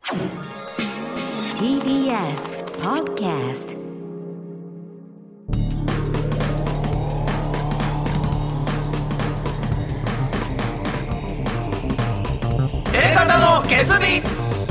TBS Podcast。 エレカタの決意。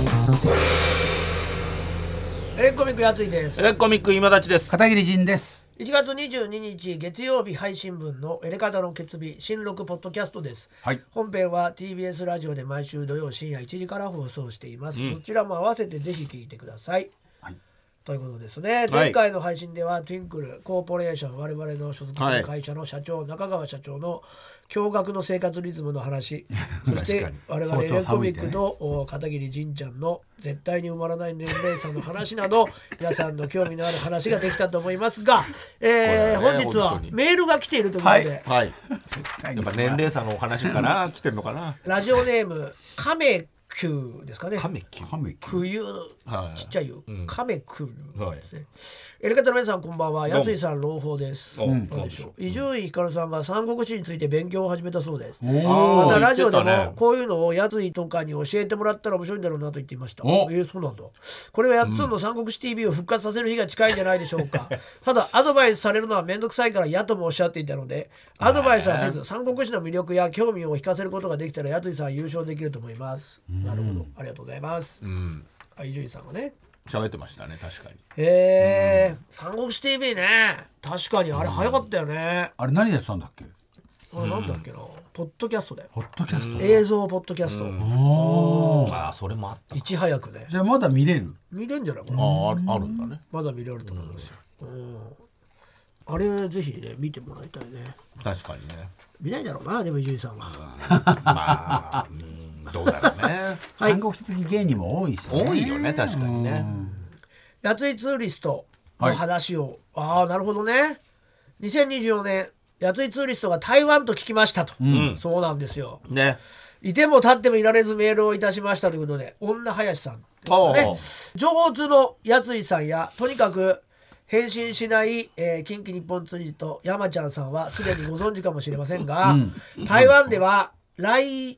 エレコミックやついです。 エレコミック今立ちです。 片桐仁です。 1月22日月曜日配信分のエレカタの決意新録ポッドキャストです、 はい、 本編は TBS ラジオで毎週土曜深夜1時から放送しています、どちらも合わせてぜひ聞いてください、はい、ということですね。前回の配信ではトゥインクルコーポレーション我々の所属する会社の社長、中川社長の驚愕の生活リズムの話そして我々エレコミックと片桐仁ちゃんの絶対に埋まらない年齢差の話など皆さんの興味のある話ができたと思いますが、本日はメールが来ているということで、 はい、やっぱ年齢差のお話かな来てるのかな。 ラジオネームカメキューですかね。 カメキュー冬、 はい、 ちっちゃいよ、カメクルですね、 はい、 エレカタの皆さんこんばんは。やついさん朗報です。伊集院光さんが三国志について勉強を始めたそうです。またラジオでもこういうのをやついとかに教えてもらったら面白いんだろうなと言っていました。そうなんだ。これはやっつんの三国志 TV を復活させる日が近いんじゃないでしょうか、ただアドバイスされるのはめんどくさいから嫌ともおっしゃっていたのでアドバイスはせず三国志の魅力や興味を引かせることができたらやついさん優勝できると思います。なるほど、ありがとうございます。伊集院さんがね喋ってましたね。確かに三国志 TV ね、確かにあれ早かったよね。 あれ何やってたんだっけ。 あれなんだっけな、ポッドキャストだよ。 ポッドキャスト、 映像ポッドキャスト、 ああそれもあった。 いち早くね。 じゃあまだ見れるんじゃないかな。 あるんだね。まだ見れると思うんですよ、あれぜひね見てもらいたいね。 確かにね。 見ないだろうなでも伊集院さんは。 まあどうだろうね。 三国志好き芸人も多いしね。 多いよね確かにね。 やついツーリストの話を、なるほどね。2024年やついツーリストが台湾と聞きましたと、そうなんですよね。いても立ってもいられずメールをいたしましたということで、女林さんですかね。上手のやついさんやとにかく返信しない、近畿日本ツーリスト山ちゃんさんはすでにご存知かもしれませんが、台湾では来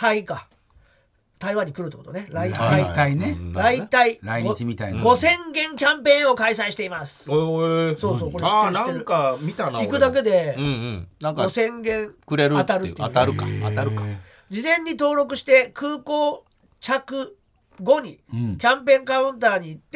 湾に来るってことね。来日みたいな 5000元キャンペーンを開催しています。そうそう、これ知ってる。 なんか見たな。 行くだけでなんか 5000元くれる当たるっていう。 当たるか。 事前に登録して空港着後にキャンペーンカウンターに行って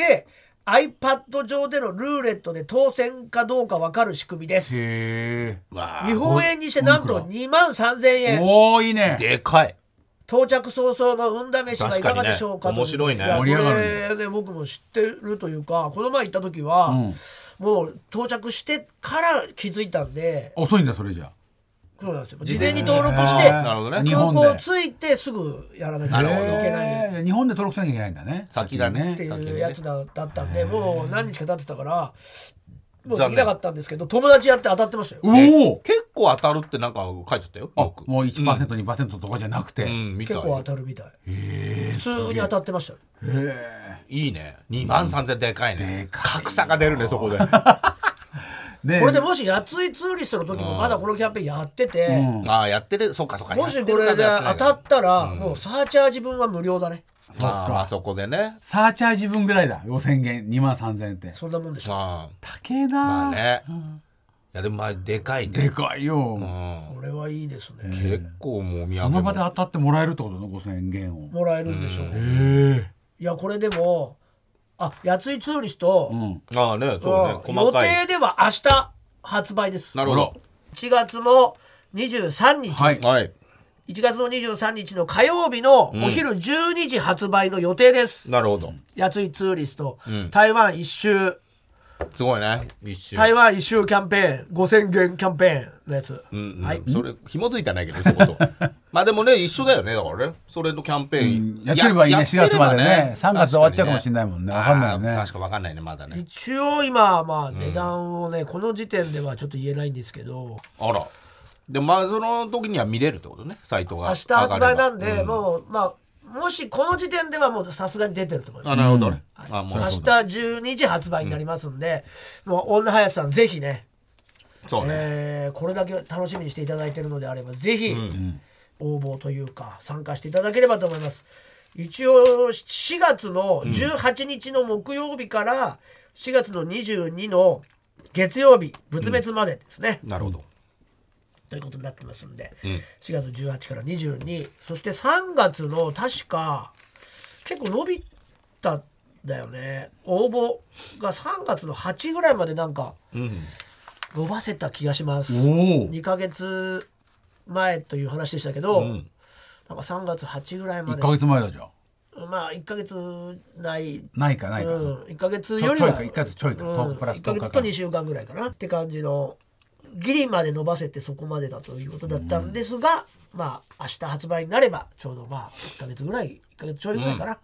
、iPad 上でのルーレットで当選かどうか分かる仕組みです。日本円にしてなんと23,000円。 おーいいね。 でかい。 到着早々の運試しはいかがでしょうか。 面白いね。 これね僕も知ってるというか、この前行った時は、もう到着してから気づいたんで。 遅いんだそれじゃ。 そうなんですよ。事前に登録して空港着いてすぐやらなきゃいけない。 日本で登録しなきゃいけないんだね。 先だねっていうやつだったんで、もう何日か経ってたからもうできなかったんですけど、友達やって当たってましたよ。 結構当たるってなんか書いてたよ。 もう 1%、2% とかじゃなくて結構当たるみたい。普通に当たってました。 いいね。23,000でかいね。格差が出るねそこで。 これでもしやついツーリストの時もまだこのキャンペーンやってて、 やってて、そうかもしこれで当たったらもうサーチャージ分は無料だね。 あそこでね。 サーチャージ分ぐらいだ。5000元23,000円ってそんなもんでしょ。 高えな。 まあね。いやでもまあでかいね。 でかいよ。 これはいいですね。 結構もうその場で当たってもらえるってことね。5000元をもらえるんでしょう。いやこれでもやついツーリスト、 そうね、 予定では明日発売です。 なるほど。 1月の23日、1月の23日の火曜日のお昼12時発売の予定です。 なるほど。 やついツーリスト、台湾一周、 すごいね。 台湾一周キャンペーン、5000元キャンペーンのやつ。 それ紐づいてないけどそことまあでもね一緒だよね。だからねそれのキャンペーンやってればいいね。4月までね。3月で終わっちゃうかもしれないもんね。分かんないよね。 確か分かんないねまだね。 一応今値段をねこの時点ではちょっと言えないんですけど。 あら。でまあその時には見れるってことね。サイトが明日発売なんで、もうもしこの時点ではもうさすがに出てると思います。 なるほどね。 明日12時発売になりますんで、もう女林さんぜひね、これだけ楽しみにしていただいているのであればぜひ応募というか参加していただければと思います。 一応4月の18日の木曜日から4月の22の月曜日仏滅までですね、 なるほど。 ということになってますんで、4月18から22、そして3月の確か結構伸びたんだよね、応募が3月の8ぐらいまでなんか伸ばせた気がします。2ヶ月前という話でしたけど、なんか3月8ぐらいま 1 で、 ヶ月前だじゃん。 まあ1ヶ月ないか、 1ヶ月よりは 1ヶ月ちょいか、プラス 1ヶ月と2週間ぐらいかなって感じの、ギリまで伸ばせてそこまでだということだったんですが、まあ明日発売になればちょうどまあ1ヶ月ぐらい、1ヶ月ちょいぐらいかな、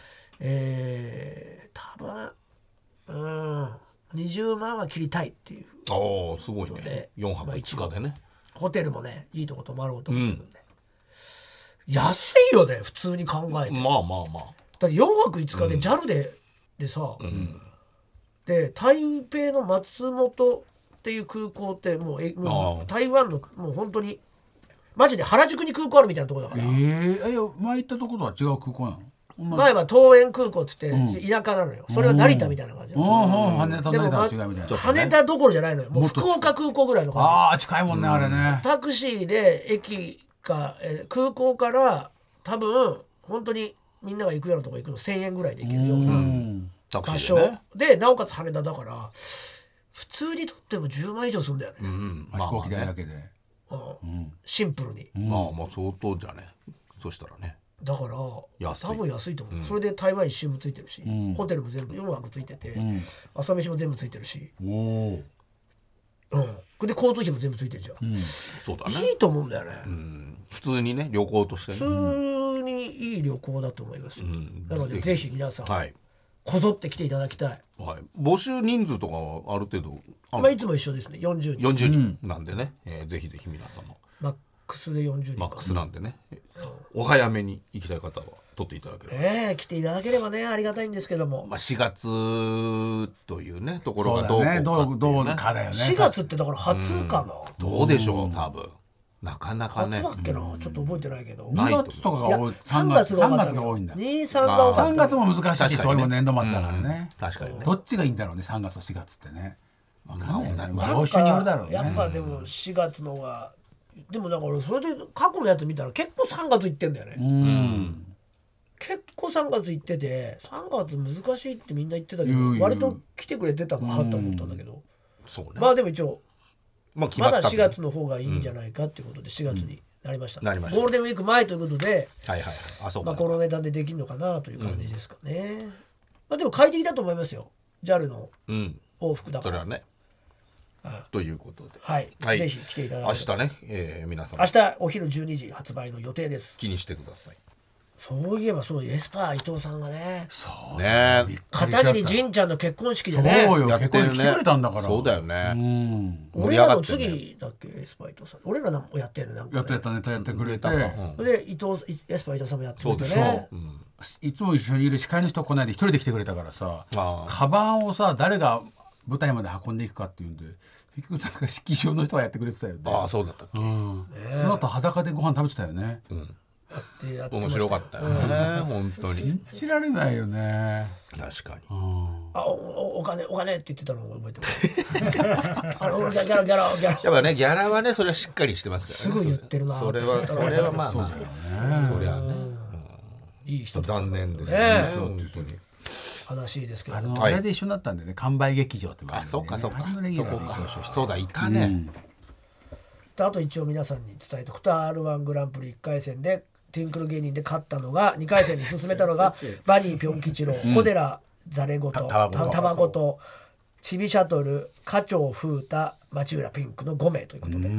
多分20万は切りたいっていう。 ああすごいね。4泊5日でね。 ホテルもねいいとこ泊まろうと思ってるんで、安いよね普通に考えて。 まあだって4泊5日で JAL でさ、で台北の松本っていう空港ってもう台湾のもう本当にマジで原宿に空港あるみたいなところだから。 前行ったところとは違う空港なの？ 前は桃園空港っつって田舎なのよ、それは成田みたいな感じ。 羽田と成田は違うみたいな。 羽田どころじゃないのよ、もう福岡空港ぐらいの感じ。 ああ近いもんねあれね。 タクシーで駅か空港から多分本当にみんなが行くようなとこ行くの1000円ぐらいで行けるような場所で、なおかつ羽田だから普通にとっても10万以上するんだよね、 飛行機代だけでシンプルに。 まあ相当じゃね。そしたらね。 だから多分安いと思う、それで台湾一周もついてるし、ホテルも全部4泊ついてて、朝飯も全部ついてるし、で交通費も全部ついてるじゃん、 そうだね。 いいと思うんだよね、 普通にね旅行としてね。 普通にいい旅行だと思います、なのでぜひ皆さん、こぞって来ていただきたい。 募集人数とかはある程度いつも一緒ですね、40人。 40人なんでね、ぜひぜひ皆さんもマックスで40人か。 マックスなんでね、お早めに行きたい方は取っていただければ、 来ていただければねありがたいんですけども、 4月というねところがどうかっていうね。 どうかだよね。 4月ってだから初かな、 どうでしょう。多分なかなかね。 初だっけな、ちょっと覚えてないけど。 2月とかが多い。 3月が多いんだ。 2、3が多かった。 3月も難しいし、そういう年度末だからね。 確かにね。 どっちがいいんだろうね、3月と4月ってね。分かんないね。業種によるだろうね。 やっぱでも4月のが、でもだからそれで過去のやつ見たら結構3月行ってんだよね。結構3月行ってて、3月難しいってみんな言ってたけど、割と来てくれてたなと思ったんだけど、まあでも一応まだ4月の方がいいんじゃないかっていうことで4月になりました。ゴールデンウィーク前ということで、この値段でできるのかなという感じですかね。でも快適だと思いますよ、 JAL の往復だから。 それはね。ということで、 ぜひ来ていただいて、 明日ね、皆さん明日お昼12時発売の予定です。 気にしてください。 そういえばそう、エスパー伊藤さんがね、 そうね、 片桐仁ちゃんの結婚式でね、 そうよ、結婚式来てくれたんだから。 そうだよね。 俺らの次だっけ、エスパー伊藤さん。俺らもやってるなんか、 やったネタやってくれて、 でエスパー伊藤さんもやってくれてね。 いつも一緒にいる司会の人来ないで一人で来てくれたからさ、カバンをさ誰が舞台まで運んでいくかっていうんで、結局なんか式場の人がやってくれてたよね。 ああそうだったっけ。 その後裸でご飯食べてたよね。 面白かったよね、本当に。 信じられないよね。 確かに。 お金って言ってたのを覚えてます。ギャラやっぱね、ギャラはね、それはしっかりしてますからね。 すぐ言ってるな。 それはまあまあ、そりゃね、 いい人。 残念ですね、本当に。 悲しいですけど。 あれで一緒になったんでね、完売劇場って言われて。 そうか。そうだ、いたね。 あと一応皆さんに伝えておくと、 R1 グランプリ1回戦でティンクル芸人で勝ったのが、2回戦に進めたのがバニーピョン吉郎、小寺ザレゴとタバコとチビシャトル、花鳥風太、町浦ピンクの5名ということで、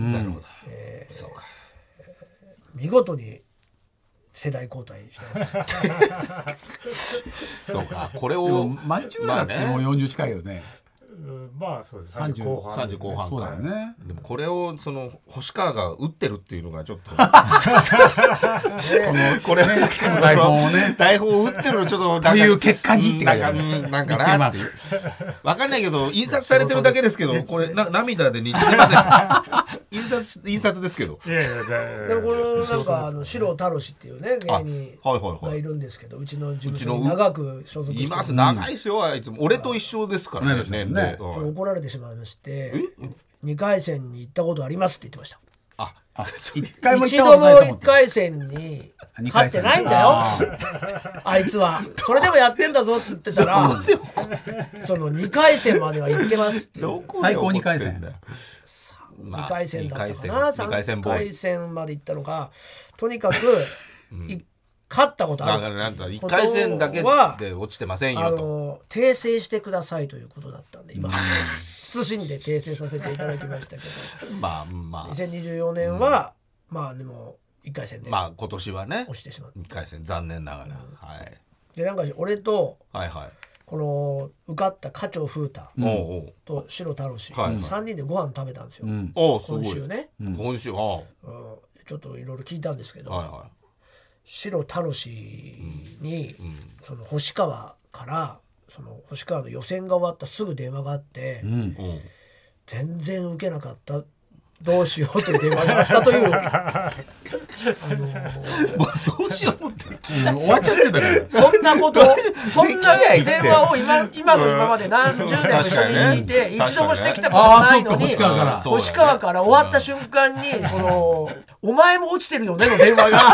見事に世代交代してます。 そうか、これを町浦だってもう40近いよね。 まあそうです。 30 30 後半そうだよね。 でもこれをその星川が打ってるっていうのがちょっとこれ台本をね台本を打ってるのちょっとという結果にって書いてあるなんかなっていうわかんないけど印刷されてるだけですけどこれ涙でにじみません印刷ですけど。 いやいやでもこのなんか白太郎氏っていうね芸人はいはいはいがいるんですけど、うちの事務所に長く所属しています長いですよあいつも俺と一緒ですからね年齢。 ちょっと怒られてしまいまして2回戦に行ったことありますって言ってました。 一回も行っ一たことないと思度もって 1回戦に勝ってないんだよあいつは。それでもやってんだぞって言ってたらその2回戦までは行ってますっていう。 最高2回戦 2回戦だったかな、 2回戦 3回戦まで行ったのか、とにかく勝ったことあるなんか1回戦だけで落ちてませんよと訂正してくださいということだったんで今謹んで訂正させていただきましたけどまあ 2024年はまあでも1回戦でまあ今年はね落ちてしまった 1回戦残念ながらはいでなんか俺とはいはいこの受かった課長風太と白太郎氏3人でご飯食べたんですよ今週ね今週ちょっといろいろ聞いたんですけど白太郎氏にその星川からその星川の予選が終わったすぐ電話があって全然受けなかったどうしようという電話があったというもうどうしよう思って終わっちゃってたからそんなことそんな電話を今の今まで何十年も一緒にいて一度もしてきたことないのに星川から終わった瞬間にそのお前も落ちてるよねの電話が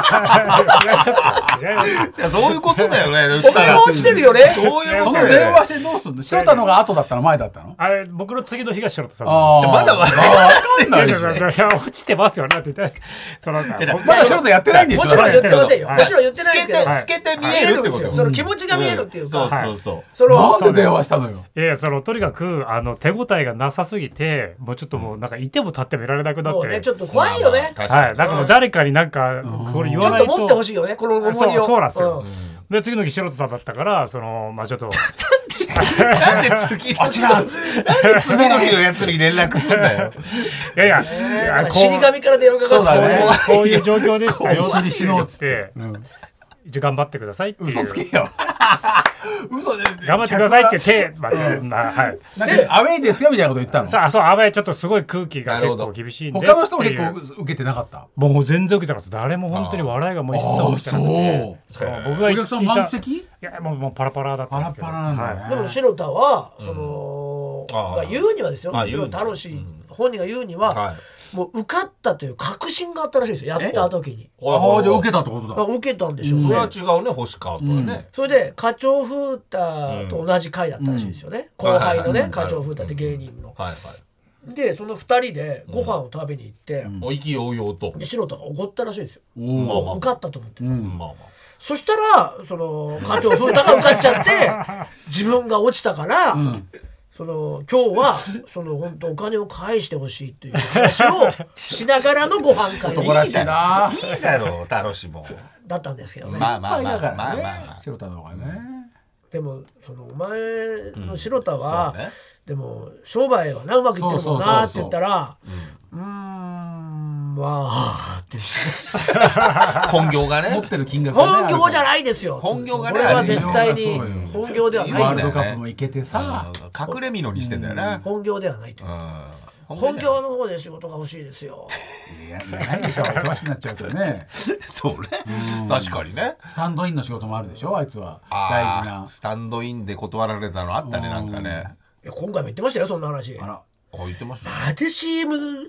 いやそういうことだよねお前も落ちてるよねそういうことその電話してどうすんの白田のが後だったの前だったのあれ僕の次の日が白田さんまだ分かんない落ちてますよねって言ってそのまだ白田やってないんでしょもちろん言ってませんよもちろん言ってないですけど透けて見えるってことその気持ちが見えるっていうかそうなんで電話したのよいやそのとにかく手応えがなさすぎてもうちょっともうなんかいても立ってもいられなくなってちょっと怖いよねはいなんかもう誰かになんかこれ言わないとちょっと持ってほしいよねこの重りをそうなんですよで次の日白田さんだったからそのまあちょっとなんで次の日のやつに連絡すんだよいや死神から電話かかってこういう状況でしたよって言って一応頑張ってくださいっていう嘘つけよ嘘で頑張ってくださいって手はいなんかアウェイですよみたいなこと言ったのさあそうアウェイちょっとすごい空気が結構厳しいんで他の人も結構受けてなかったもう全然受けてなかった誰も本当に笑いがもう一切起きてなくて僕が言っていたお客さん満席いやもうパラパラだったんですけどパラパラなんだねでも白田はそのが言うにはですよ白田太郎氏本人が言うにはもう受かったという確信があったらしいですよやった時にじゃあ受けたってことだ受けたんでしょうそれはね違うね星川とはねそれで課長風太と同じ会だったらしいですよね後輩のね課長風太って芸人のでその2人でご飯を食べに行って意気揚々とで白田が怒ったらしいですよ受かったと思ってそしたらその課長風太が受かっちゃって自分が落ちたからその今日はその本当お金を返してほしいという話をしながらのご飯会男らしいな。 いいだろう楽しもだったんですけどね。 まあまあまあだからねまあまあ白田の方がね。 でもそのお前の白田は、でも商売はなうまくいってるもんなって言ったらまあって本業がね持ってる金額がね本業じゃないですよ。 本業がねこれは絶対に本業ではない。 ワールドカップも行けてさ、 隠れみのにしてんだよね。 本業ではないという。本業の方で仕事が欲しいですよ。 いやないでしょ。忙しくなっちゃうとね。 そうね。確かにね。 スタンドインの仕事もあるでしょ。あいつは大事な。 スタンドインで断られたのあったねなんかね。 いや今回も言ってましたよそんな話。 あら。 言ってました。 また CM で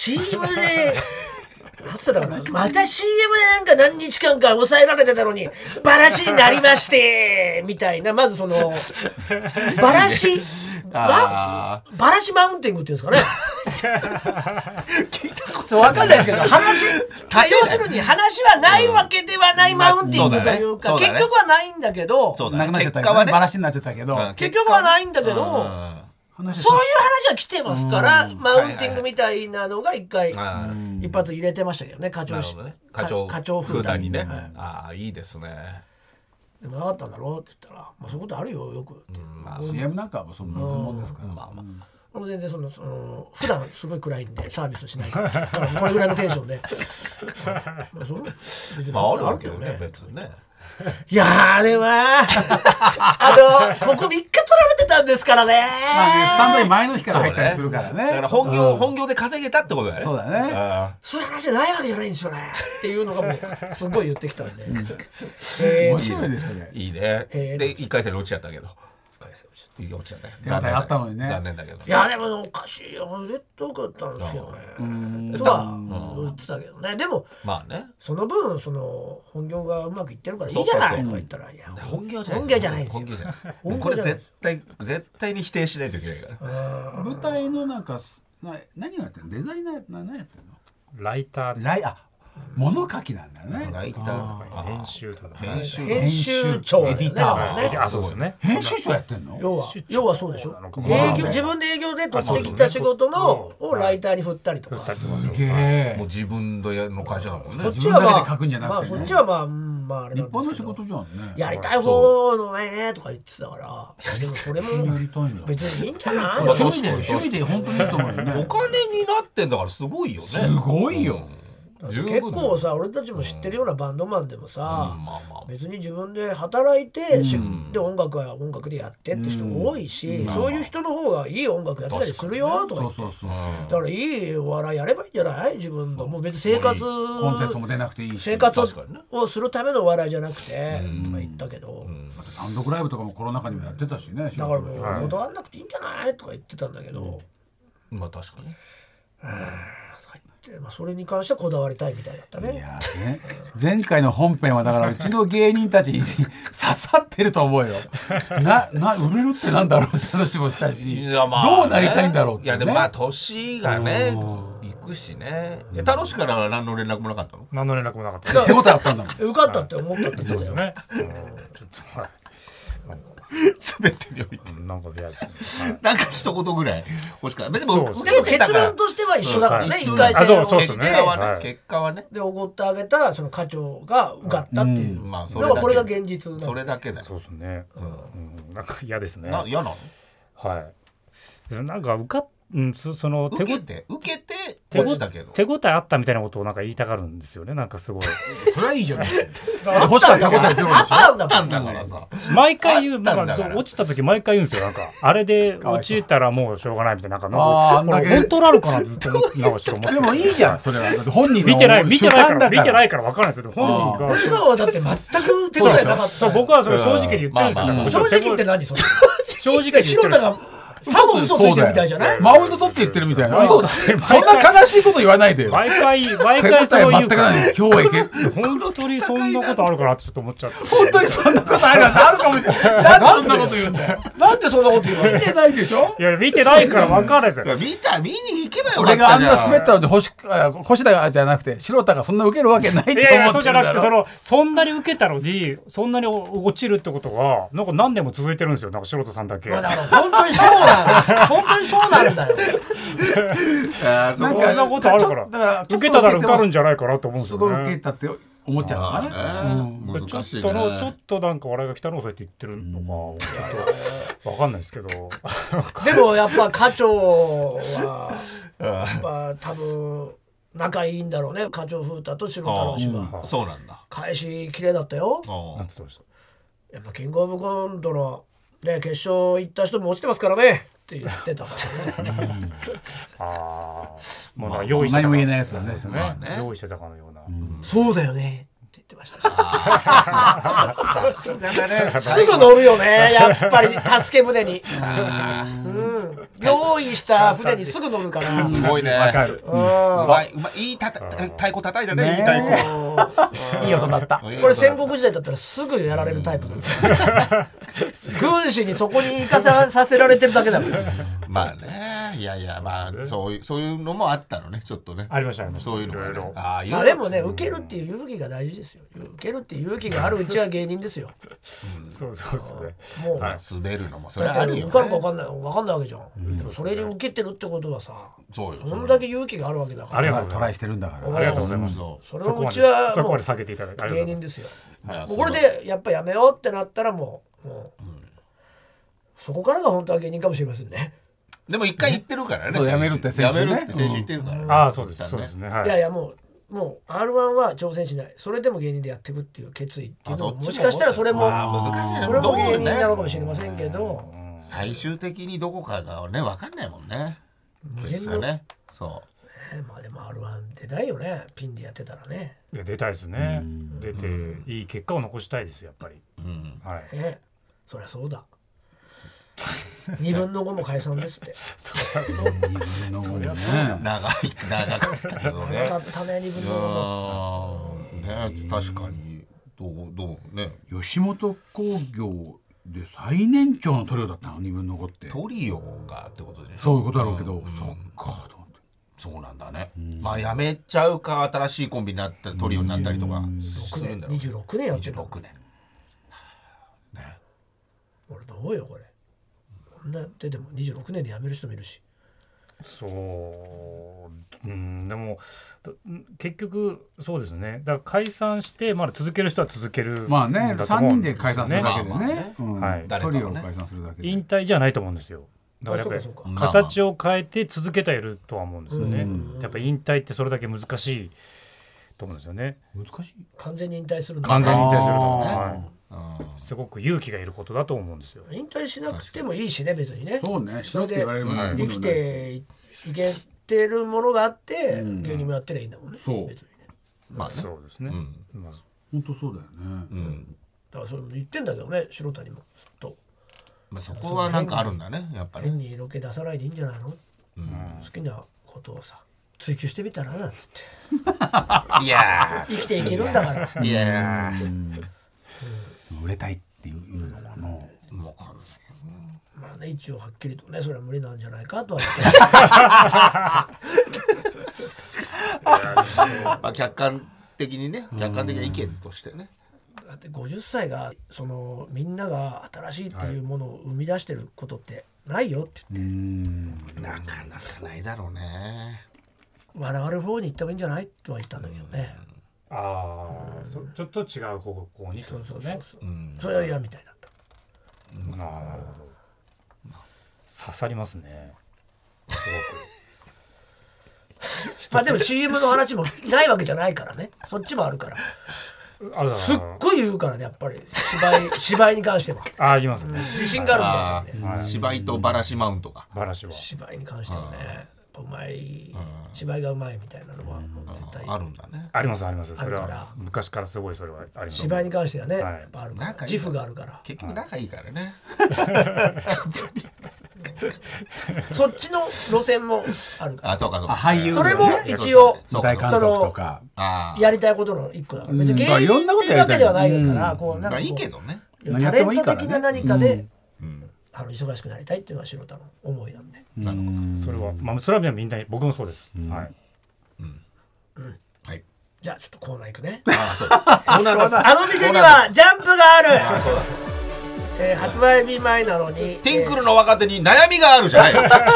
なんつったかな、また CM なんか何日間か抑えられてたのにバラシになりましてみたいな、まずそのバラシバラシマウンティングっていうんですかね聞いたこと分かんないですけど、話要するに話はないわけではないマウンティングというか、結局はないんだけど、 結果はねバラシになっちゃったけど、 結局はないんだけど、そういう話は来てますから、マウンティングみたいなのが一回一発入れてましたけどね、課長風太にね。ああいいですね。 でもなかったんだろうって言ったら、まあ、そういうことあるよよくって、 まあ CM なんかはもうそんなもんですから、 まあまあもう全然その普段すごい暗いんでサービスしないからだからこれぐらいのテンションでまあその別にまああるそんなわけよね別にね。 いやーでもなここ3日取られてたんですからね。 まあね、スタンドに前の日から入ったりするからね。 だから本業で稼げたってことだよね。 そうだね。 そういう話じゃないわけじゃないんですよねっていうのがもうすごい言ってきたんで、 面白いですね。 いいね。で1回戦で落ちちゃったけど。落ちちゃったね。 手応えあったのにね。 残念だけど。 いやでもおかしいよ絶対よかったんですけどね。とは言ってたけどね。でもまあね。 その分その本業がうまくいってるからいいじゃないとか言ったらいや本業じゃないんですよ。 これ絶対に否定しないといけないから。 舞台のなんか何をやってるの？デザイナー何やってるの？ ライターです。 物書きなんだね。 ライター、 編集とか編集長エディター。 そうですね。 編集長やってんの？ 要はそうでしょ。自分で営業で取ってきた仕事のをライターに振ったりとか。 すげえ。 もう自分の会社だもんね。 そっちはまあ書くんじゃなくてそっちはまああれなんですけど。 日本の仕事じゃんね。 やりたい方のねとか言ってたから。でもそれも別にいいんじゃない？ 趣味で本当にいいと思うよね。 お金になってんだからすごいよね。 すごいよ。 結構さ俺たちも知ってるようなバンドマンでもさ別に自分で働いてで音楽は音楽でやってって人多いしそういう人の方がいい音楽やってたりするよとか言ってだからいいお笑いやればいいんじゃない自分のもう別に生活コンテストも出なくていいし生活をするためのお笑いじゃなくてとか言ったけど単独ライブとかもコロナ禍にもやってたしねだからもう断らなくていいんじゃないとか言ってたんだけどまあ確かにまあそれに関してはこだわりたいみたいだったね。 いやね前回の本編はだからうちの芸人たちに刺さってると思うよ。売れるってなんだろうって話もしたし、どうなりたいんだろうって、ね。 いやでもまあ年がねいくしね。楽しから何の連絡もなかったの？ 何の連絡もなかった。 手応えあったんだもん。 受かったって思ったってそうですよね。ちょっと全てにおいてなんか嫌ですね。 なんか一言ぐらい欲しかった。でも結論としては一緒だからね。一回戦の結果はね。 でおごってあげたその課長が受かったっていう。まあこれが現実。 それだけだよ。 そうですね。なんか嫌ですね。 嫌なの？ はい。なんかその受けて手応えあったみたいなことをなんか言いたがるんですよね。なんかすごいそれはいいじゃない。欲しかったこと言ってるでしょ。 あったんだからさ毎回言うなんか落ちた時毎回言うんですよ。なんかあれで落ちたらもうしょうがないみたいななんか本当なのかなずっとなんかちょっと思ってでもいいじゃんそれは本人見てないから分からないですよ。本人が素直はだって全く手応えなかった。 そう僕はそれ正直に言ってるんですよ。 正直って何それ？ 正直に言ってる。 多分嘘ついてるみたいじゃない？ マウント取って言ってるみたいな。そんな悲しいこと言わないでよ。 毎回そういうから今日はいけ本当にそんなことあるかなってちょっと思っちゃって。 本当にそんなことあるかもしれない。なんでそんなこと言うんだよ。 なんでそんなこと言うの？ 見てないでしょ？ いや見てないから分かんないですよ。 見に行けばよかったじゃん。 俺があんな滑ったので星田じゃなくて白田がそんな受けるわけないって思ってるだろ。いやそうじゃなくてそんなに受けたのにそんなに落ちるってことはなんか何年も続いてるんですよ。なんか白田さんだけ。 だから本当にそうなの。本当にそうなんだよ。 そんなことあるから受けたなら受かるんじゃないかなと思うんですよね。 すごい受けたって思っちゃうのかね。 難しいね。 ちょっとなんか笑いが来たのをそうやって言ってるのか分かんないですけど。 でもやっぱ課長はやっぱ多分仲いいんだろうね。課長風太と白太郎氏が。 そうなんだ。 返し綺麗だったよ。 なんつってました。 やっぱキングオブコントのね決勝行った人も落ちてますからねって言ってたからね。 もう用意してた何も言えないやつだね。 用意してたかのような。 そうだよねって言ってました。 さすがだね。 すぐ乗るよねやっぱり助け舟に。用意した船にすぐ乗るから。 すごいね。 わかる。 いい太鼓叩いたね。いい太鼓。 いい音だった。 これ戦国時代だったらすぐやられるタイプなんですよ。軍師にそこに行かさせられてるだけだもん。 まあね。 いやまあそういうのもあったのねちょっとねありましたそういうのがねまあでもね受けるっていう勇気が大事ですよ。受けるっていう勇気があるうちは芸人ですよ。 そうですね。 もう滑るのもそれだってあるよね。 受かるか分かんないわけじゃん。それに受けてるってことはさ、 そうよそんだけ勇気があるわけだから。 ありがとうございます。 トライしてるんだから。 ありがとうございます。 それをうちはそこまで下げていただいて芸人ですよ。 はいもうこれでやっぱやめようってなったらもうそこからが本当は芸人かもしれませんね。 でも一回言ってるからね。 そうやめるって先週ねやめるって先週言ってるからね。 ああそうですね。はいいやいやもう R1 は挑戦しない。それでも芸人でやっていくっていう決意っていうのももしかしたらそれも難しいね。 それも芸人なのかもしれませんけど、 最終的にどこかがね分かんないもんね。 全部ね。そう。 まあでも R1 出たいよね。ピンでやってたらね。 いや出たいですね。出ていい結果を残したいですやっぱり。はい。 そりゃそうだ。2分の5も解散ですって。 そりゃそう長かったけどね。 長かったね2分の 5。ね確かにどうね。 吉本興業で最年長のトリオだったの2分の5って。 トリオがってことでしょ。 そういうことだろうけど、そっかと思って。 そうなんだね。まあやめちゃうか新しいコンビになったトリオになったりとかするんだろう。 26年やってる。 26年。ね。 俺どうよこれ。こんな出ても26年で辞める人もいるし。 そうでも結局そうですね。だから解散してまだ続ける人は続ける。 まあね3人で解散するだけでね。トリオをね解散するだけで。 引退じゃないと思うんですよ。だからやっぱり形を変えて続けているとは思うんですよね。やっぱ引退ってそれだけ難しいと思うんですよね。 難しい。 完全に引退するの。 完全に引退するのは、すごく勇気がいることだと思うんですよ。 引退しなくてもいいしね別にね。 そうね。しろって言われるもんね。 生きていけてるものがあって芸人もやってりゃいいんだもんね。 そう別にね。 まあね。 そうですね。 本当そうだよね。 だからそれ言ってんだけどね白谷もずっと。 まあそこはなんかあるんだねやっぱり。 変に色気出さないでいいんじゃないの。好きなことをさ追求してみたらなんつって。 いや生きていけるんだから。 いや売れたいっていうのかな。 もうまあね一応はっきりとねそれは無理なんじゃないかとはまあ客観的にね客観的な意見としてね。 だって50歳がそのみんなが新しいっていうものを生み出してることってないよって言って、 なかなかないだろうね。 笑われる方に行った方がいいんじゃないとは言ったんだけどね。 ああ、ちょっと違う方向に。 そうそうね。 それは嫌みたいだった。 なるほど。刺さりますね。すごく。 まあでも CM の話もないわけじゃないからね。そっちもあるから。すっごい言うからねやっぱり芝居に関しては。 あ言います。 自信があるみたいなんで。 芝居とバラシマウントが。 バラシは。 芝居に関してはね。うまい芝居がうまいみたいなのは絶対あるんだね。 ありますあります。それは昔からすごいそれはあります。 芝居に関してはねやっぱあるから自負があるから。 結局仲いいからね。 そっちの路線もあるから。 あそうかそうか。 俳優それも一応大監督とかやりたいことの一個だから別に芸人っていうわけではないからこうなんかいいけどね。 タレント的な何かで忙しくなりたいっていうのは白田の思いなんで。 それはまあそれはみんな僕もそうです。はい。 はい。 じゃあちょっとコーナー行くね。 あの店にはジャンプがある。発売日前なのにティンクルの若手に悩みがあるじゃない。 い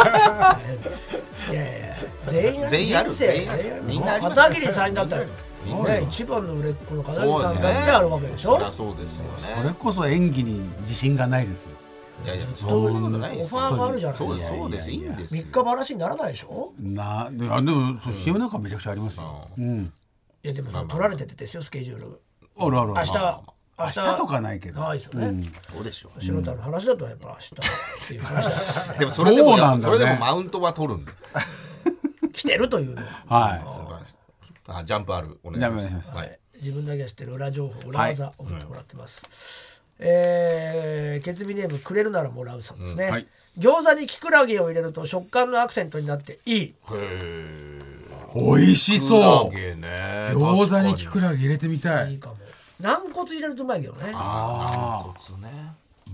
やいや全員ある。みんな片桐さんだったら一番の売れっ子の片桐さんだってあるわけでしょ。 そうですよね。 それこそ演技に自信がないですよ。 いやいやそういうことないです。 オファーがあるじゃないですか。 そうです。いいんです。 3日ばらしにならないでしょ。 でもCM なんかめちゃくちゃありますよ。 いやでも取られててですよスケジュール。 あるある。 明日とかないけど。 ないですよね。 そうでしょう。 白田の話だとやっぱ明日っていう話だ。 でもそれでもマウントは取るんで。 来てるというの。 はい。ジャンプあるお願いします。 自分だけが知ってる裏情報裏技送ってもらってます。ケツビネームくれるならもらうさんですね。餃子にキクラゲを入れると食感のアクセントになっていい。 美味しそう。餃子にキクラゲ入れてみたい。 いいかも。軟骨入れるとうまいけどね。 軟骨ね。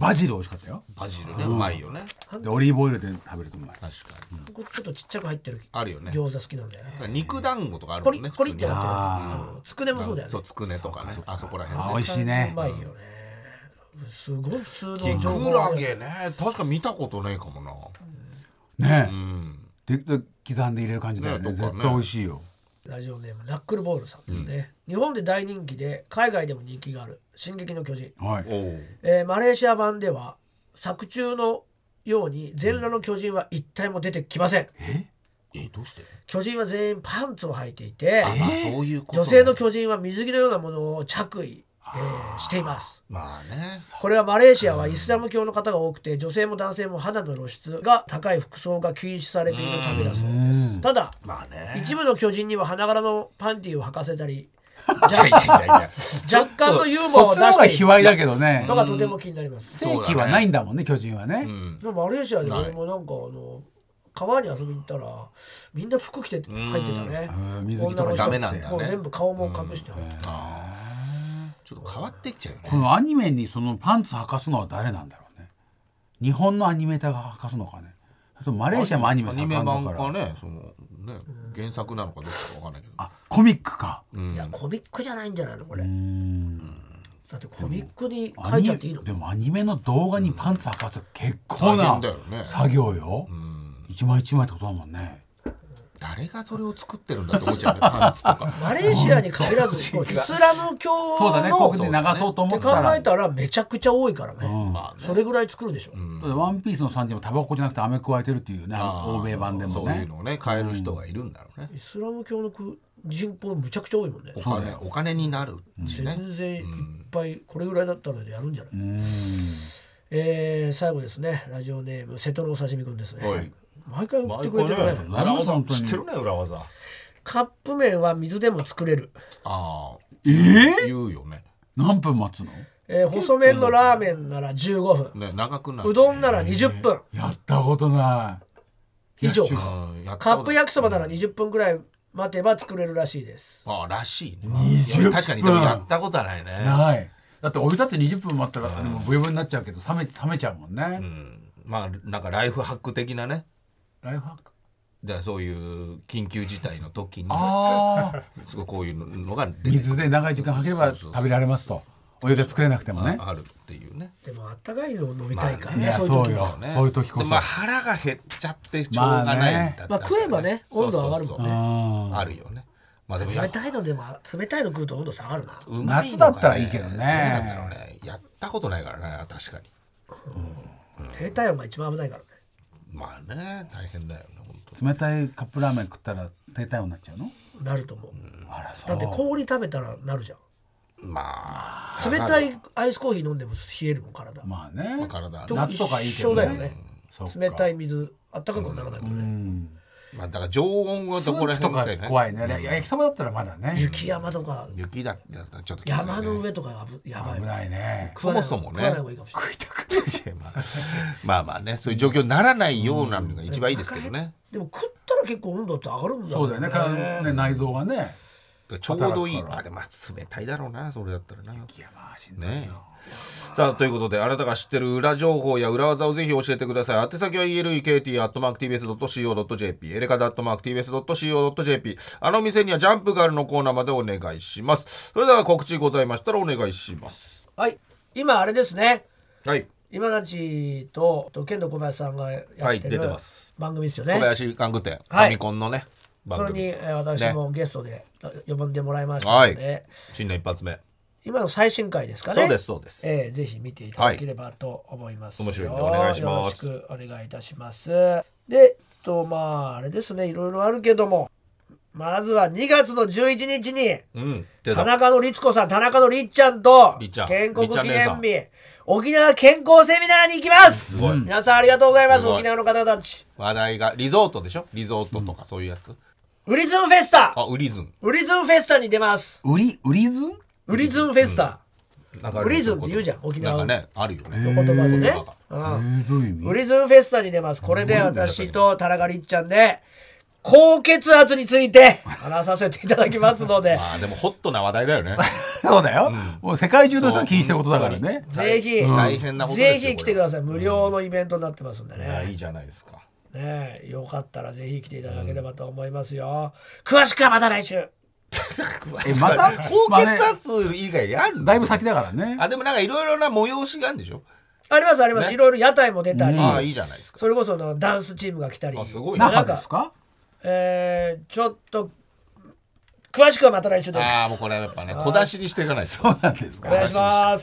バジル美味しかったよ。 バジルね、うまいよね。 でオリーブオイルで食べるとうまい。 確かに。 僕ちょっとちっちゃく入ってるあるよね。 餃子好きなんだよね。 肉団子とかあるコもんね。 リッコリってなってあるやつ。つくねもそうだよね。 そう、つくねとかね。あそこらあ辺ね。 美味しいねう。まいよね。すごい普通のキク情報ラゲね、確か見たことねえかもな。 ねう。ん。 で刻んで入れる感じだよね。 ねとかね絶対美味しいよ。 ラジオネームナックルボールさんですね、日本で大人気で海外でも人気がある進撃の巨人、 はい。 おう。 マレーシア版では作中のように全裸の巨人は一体も出てきません。 どうして？ 巨人は全員パンツを履いていて、 そういうことね。 女性の巨人は水着のようなものを着衣、しています。 まあね。 これはマレーシアはイスラム教の方が多くて、女性も男性も肌の露出が高い服装が禁止されているためだそうです。ただ、 まあね。 一部の巨人には花柄のパンティを履かせたりいやいやいやいや。 若干のユーモアを出そっちの方がしている卑猥だけどね。 のがとても気になります。 正規はないんだもんね、巨人はね。 でもマレーシアで俺もなんか川に遊びに行ったらみんな服着て入ってたね。 水着とか女の人ダメなんだねもう全部顔も隠して入ってた。 ちょっと変わってきちゃうよね。 このアニメにそのパンツ履かすのは誰なんだろうね。日本のアニメーターが履かすのかね。それともマレーシアもアニメ盛んだ版から。 かね、そのね、原作なのかどうかわかんないけど。 あ、コミックか。 いやコミックじゃないんじゃないのこれ。だってコミックにア書いちゃっていいの？ ニでもアニメの動画にパンツ履かす結構大な変だよね作業よ。一枚一枚ってことだもんね。 誰がそれを作ってるんだって思っちゃうね、パンツとか。 マレーシアに限らずもうイスラム教そうだね、 の国で流そうと思って考ったら。 えたらめちゃくちゃ多いからね。 まあねそれぐらい作るでしょ。 ワンピースの3人もタバコじゃなくて飴加えてるっていうね、欧米版でもね。 そういうのをね、変える人がいるんだろうね。 イスラム教の人口むちゃくちゃ多いもんね。 お金になるしね。 全然いっぱいこれぐらいだったらやるんじゃない？最後ですね、ラジオネーム瀬戸のお刺身くんですね。 はい毎回送ってくれてるね。 裏技知ってるね、裏技。 カップ麺は水でも作れる。 ああ。言うよね。 何分待つの？ 細麺のラーメンなら15分、 ね、長くなる。 うどんなら20分やったことない以上冷やし中華カップ焼きそばなら20分ぐらい待てば作れるらしいです。 ああ、らしいね。 20分確かに、でもやったことはないね。 ない。だってお湯だって20分待ったらでもブヨブヨになっちゃうけど冷めちゃうもんね。 まあ、なんかライフハック的なね。 ライフハック。 でそういう緊急事態の時にすごいこういうのが出てくる水で長い時間かければ食べられますと。お湯で作れなくてもね。 あるっていうね。 でもあったかいのを飲みたいからね。 いやそうよ。そういう時こそ。 まあ腹が減っちゃってしょうがないんだったら、 まあ食えばね温度上がるもんね。 あるよね。まあでも冷たいのでも冷たいの食うと温度下がるな。 夏だったらいいけどね。 なんだろうね。やったことないからね、確かに。 低体温が一番危ないからね。 まあね、大変だよね。 冷たいカップラーメン食ったら低体温になっちゃうの？ なると思う。 あらそう。 だって氷食べたらなるじゃん。 まあ冷たいアイスコーヒー飲んでも冷えるもん体。 まあね。 体夏とかいいけど一緒だよね。 そうか冷たい水あったかくならないもんね。 まあだから常温はどこらスープと辺か怖いね。焼きそばだったらまだね。 雪山とか雪だったらちょっときついね山の上とかやばい。 危ないね。 そもそもね食わない方がいいかもしれない。 食いたくてまあまあね、そういう状況にならないようなのが一番いいですけどね。 でも食ったら結構温度って上がるんだそうだよね。内臓がね。 ちょうどいい。まあでも冷たいだろうな、それだったらな。 いやまあしんどいよ。 ね。さあということで、あなたが知ってる裏情報や裏技をぜひ教えてください。宛先は elekt@tbs.co.jp、 エレカタ@tbs.co.jp。 あの店にはジャンプガールのコーナーまでお願いします。それでは告知ございましたらお願いします。 はい。今あれですね。 はい。 今立と剣道小林さんがやってはい出るてます番組ですよね。 小林玩具店、フはいァミコンのね番それ組。 に私もゲストで呼んでもらいましたので、 新年一発目。 今の最新回ですかね。 そうですそうです。 ぜひ見ていただければと思いますよ。 面白いんでお願いします。 よろしくお願いいたします。で、まああれですね、いろいろあるけども、まずは2月の11日に、田中の律子さん、田中のりっちゃんと建国記念日沖縄健康セミナーに行きます。皆さんありがとうございます。沖縄の方たち。 話題がリゾートでしょ。リゾートとかそういうやつ。 ウリズンフェスタ。 ウリズンフェスタに出ます。 ウリズンウリズンフェスタ。ウリズンって言うじゃん、沖縄なんかね、あるよね。 の言葉でね。ウリズンフェスタに出ます。これで私と田中りっちゃんで高血圧について話させていただきますので。 まあでもホットな話題だよね。 そうだよ、もう世界中の人が気にしてることだからね。 ぜひ、 大変なことですよ。 ぜひ来てください。無料のイベントになってますんでね。 いいじゃないですか。 ね、よかったらぜひ来ていただければと思いますよ。詳しくはまた来週。 また高血圧以外にあるんだいぶ先だからね。 でもなんかいろいろな催しがあるんでしょ。 ありますあります、いろいろ屋台も出たり、 いいじゃないですか。 それこそダンスチームが来たり。 すごい那覇ですか。 ちょっと詳しくはまた来週です。 もうこれやっぱね小出しにしていかないと。 そうなんですか。 お願いします。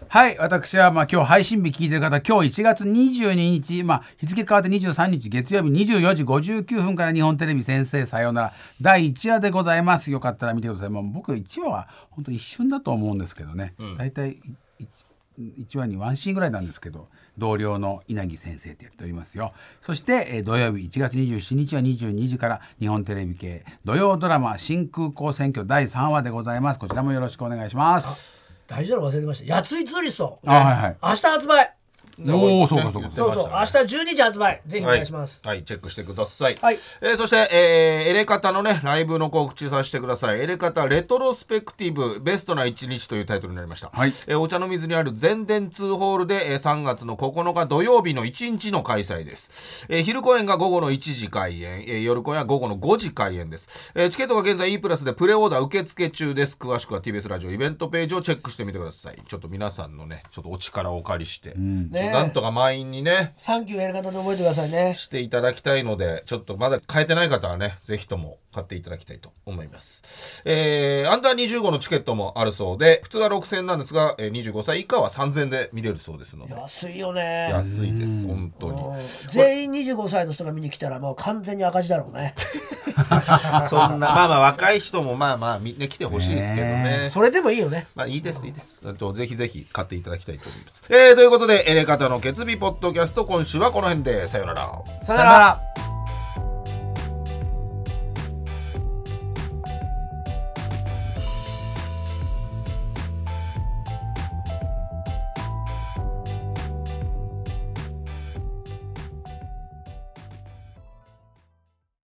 はい、私は今日配信日聞いてる方、今日1月22日、日付変わって23日月曜日24時59分から日本テレビ先生さようなら第1話でございます。よかったら見てください。僕1話は本当一瞬だと思うんですけどね、だいたい1話にワンシーンぐらいなんですけど、同僚の稲城先生ってやっておりますよ。そして、土曜日1月27日は22時から日本テレビ系土曜ドラマ新空港選挙第3話でございます。こちらもよろしくお願いします。 大事なの忘れてました。やついツーリスト、 はいはい、 明日発売。 おお、そうかそうか。 そう明日12時発売。ぜひお願いします。 はい、チェックしてください。 はい。 そして、エレカタのねライブの告知させてください。エレカタレトロスペクティブベストな一日というタイトルになりました。 はい。 お茶の水にある全電通ホールで、3月の9日土曜日の1日の開催です。昼公演が午後の1時開演、夜公演は午後の5時開演です。チケットが現在 E プラスでプレオーダー受付中です。詳しくは TBS ラジオイベントページをチェックしてみてください。ちょっと皆さんのねちょっとお力をお借りして、なんとか満員にねサンキューやり方で覚えてくださいね。 していただきたいので、ちょっとまだ買えてない方はねぜひとも買っていただきたいと思います。アンダー25のチケットもあるそうで、普通は6000円なんですが、25歳以下は3000円で見れるそうですので。 安いよね。 安いです本当に。 全員25歳の人が見に来たらもう完全に赤字だろうね。 そんな若い人もみんな来てほしいですけどね。 それでもいいよね。 いいですいいです。ぜひぜひ買っていただきたいと思います。ということでエレカタの決日ポッドキャスト、今週はこの辺でさよなら。 さよなら。